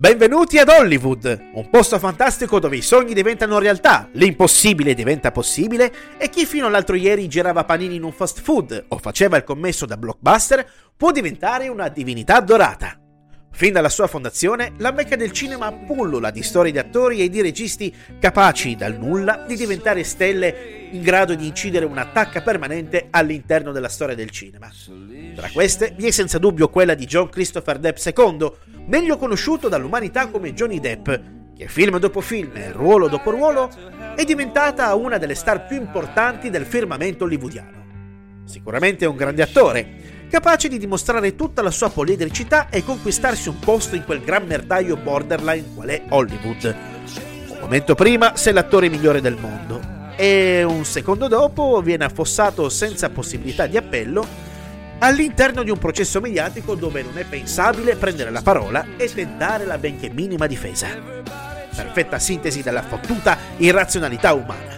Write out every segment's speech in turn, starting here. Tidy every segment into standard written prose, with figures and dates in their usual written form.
Benvenuti ad Hollywood, un posto fantastico dove i sogni diventano realtà, l'impossibile diventa possibile e chi fino all'altro ieri girava panini in un fast food o faceva il commesso da blockbuster può diventare una divinità dorata. Fin dalla sua fondazione, la Mecca del cinema pullula di storie di attori e di registi capaci dal nulla di diventare stelle in grado di incidere una tacca permanente all'interno della storia del cinema. Tra queste vi è senza dubbio quella di John Christopher Depp II, meglio conosciuto dall'umanità come Johnny Depp, che film dopo film e ruolo dopo ruolo è diventata una delle star più importanti del firmamento hollywoodiano. Sicuramente è un grande attore, capace di dimostrare tutta la sua poliedricità e conquistarsi un posto in quel gran merdaio borderline qual è Hollywood. Un momento prima sei l'attore migliore del mondo e un secondo dopo viene affossato senza possibilità di appello all'interno di un processo mediatico dove non è pensabile prendere la parola e tentare la benché minima difesa. Perfetta sintesi della fottuta irrazionalità umana.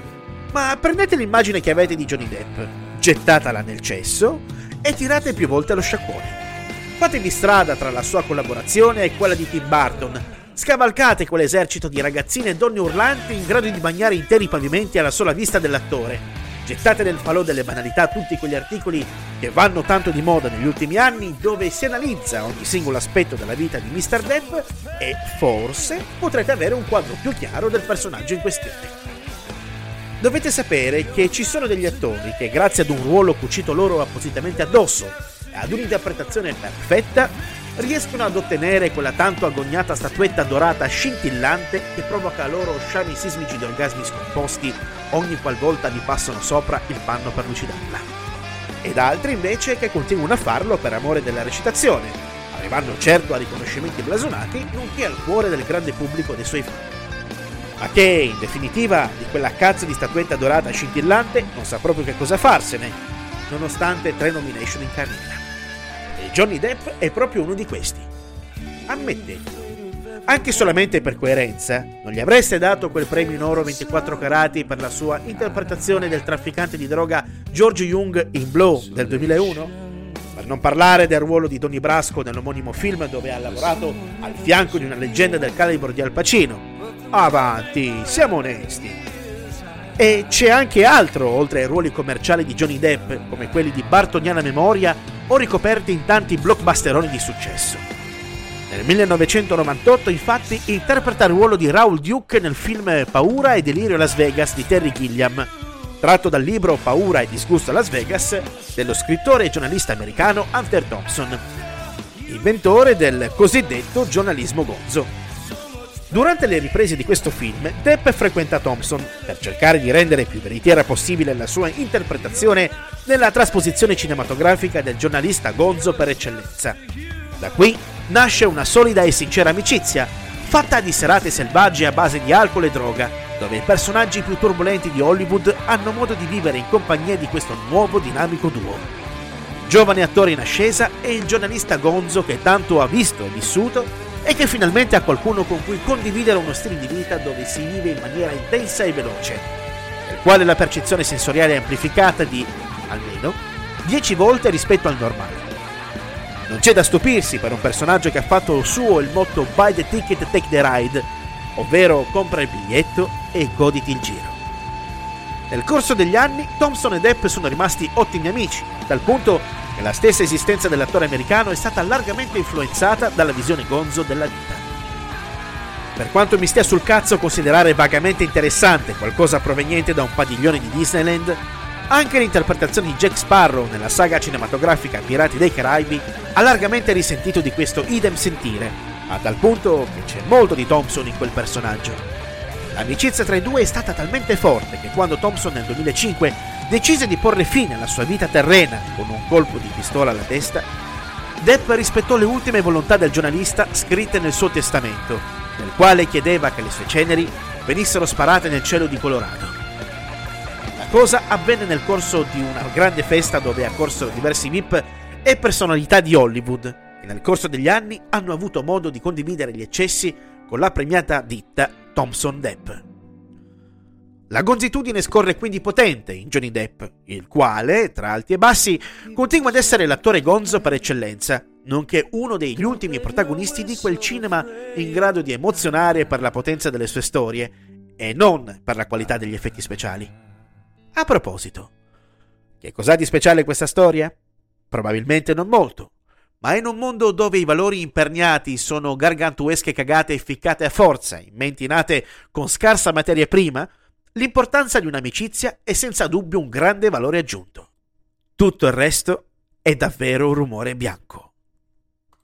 Ma prendete l'immagine che avete di Johnny Depp, gettatela nel cesso e tirate più volte lo sciacquone. Fatevi strada tra la sua collaborazione e quella di Tim Burton. Scavalcate quell'esercito di ragazzine e donne urlanti in grado di bagnare interi pavimenti alla sola vista dell'attore. Gettate nel falò delle banalità tutti quegli articoli che vanno tanto di moda negli ultimi anni dove si analizza ogni singolo aspetto della vita di Mr. Depp e forse potrete avere un quadro più chiaro del personaggio in questione. Dovete sapere che ci sono degli attori che grazie ad un ruolo cucito loro appositamente addosso e ad un'interpretazione perfetta riescono ad ottenere quella tanto agognata statuetta dorata scintillante che provoca loro sciami sismici di orgasmi scomposti ogni qualvolta vi passano sopra il panno per lucidarla. Ed altri invece che continuano a farlo per amore della recitazione, arrivando certo a riconoscimenti blasonati nonché al cuore del grande pubblico dei suoi fan. Ma che, in definitiva, di quella cazzo di statuetta dorata scintillante non sa proprio che cosa farsene, nonostante 3 nomination in carriera. E Johnny Depp è proprio uno di questi. Ammettetelo. Anche solamente per coerenza, non gli avreste dato quel premio in oro 24 carati per la sua interpretazione del trafficante di droga George Young in Blow del 2001? Per non parlare del ruolo di Donnie Brasco nell'omonimo film dove ha lavorato al fianco di una leggenda del calibro di Al Pacino. Avanti, siamo onesti. E c'è anche altro oltre ai ruoli commerciali di Johnny Depp, come quelli di bartoniana memoria o ricoperti in tanti blockbusteroni di successo. Nel 1998 infatti interpreta il ruolo di Raoul Duke nel film Paura e delirio a Las Vegas di Terry Gilliam, tratto dal libro Paura e disgusto a Las Vegas dello scrittore e giornalista americano Hunter Thompson, inventore del cosiddetto giornalismo gonzo. Durante le riprese di questo film, Depp frequenta Thompson per cercare di rendere più veritiera possibile la sua interpretazione nella trasposizione cinematografica del giornalista gonzo per eccellenza. Da qui nasce una solida e sincera amicizia, fatta di serate selvagge a base di alcol e droga, dove i personaggi più turbolenti di Hollywood hanno modo di vivere in compagnia di questo nuovo dinamico duo. Il giovane attore in ascesa e il giornalista gonzo che tanto ha visto e vissuto e che finalmente ha qualcuno con cui condividere uno stile di vita dove si vive in maniera intensa e veloce, nel quale la percezione sensoriale è amplificata di, almeno, 10 volte rispetto al normale. Non c'è da stupirsi per un personaggio che ha fatto suo il motto Buy the ticket, take the ride, ovvero compra il biglietto e goditi il giro. Nel corso degli anni, Thompson e Depp sono rimasti ottimi amici, a tal punto che la stessa esistenza dell'attore americano è stata largamente influenzata dalla visione gonzo della vita. Per quanto mi stia sul cazzo considerare vagamente interessante qualcosa proveniente da un padiglione di Disneyland, anche l'interpretazione di Jack Sparrow nella saga cinematografica Pirati dei Caraibi ha largamente risentito di questo idem sentire, a tal punto che c'è molto di Thompson in quel personaggio. L'amicizia tra i due è stata talmente forte che quando Thompson nel 2005 decise di porre fine alla sua vita terrena con un colpo di pistola alla testa, Depp rispettò le ultime volontà del giornalista scritte nel suo testamento, nel quale chiedeva che le sue ceneri venissero sparate nel cielo di Colorado. La cosa avvenne nel corso di una grande festa dove accorsero diversi VIP e personalità di Hollywood che nel corso degli anni hanno avuto modo di condividere gli eccessi con la premiata ditta Thompson Depp. La gonzitudine scorre quindi potente in Johnny Depp, il quale, tra alti e bassi, continua ad essere l'attore gonzo per eccellenza, nonché uno degli ultimi protagonisti di quel cinema in grado di emozionare per la potenza delle sue storie e non per la qualità degli effetti speciali. A proposito, che cos'ha di speciale questa storia? Probabilmente non molto, ma in un mondo dove i valori imperniati sono gargantuesche cagate ficcate a forza in menti nate con scarsa materia prima, l'importanza di un'amicizia è senza dubbio un grande valore aggiunto. Tutto il resto è davvero un rumore bianco.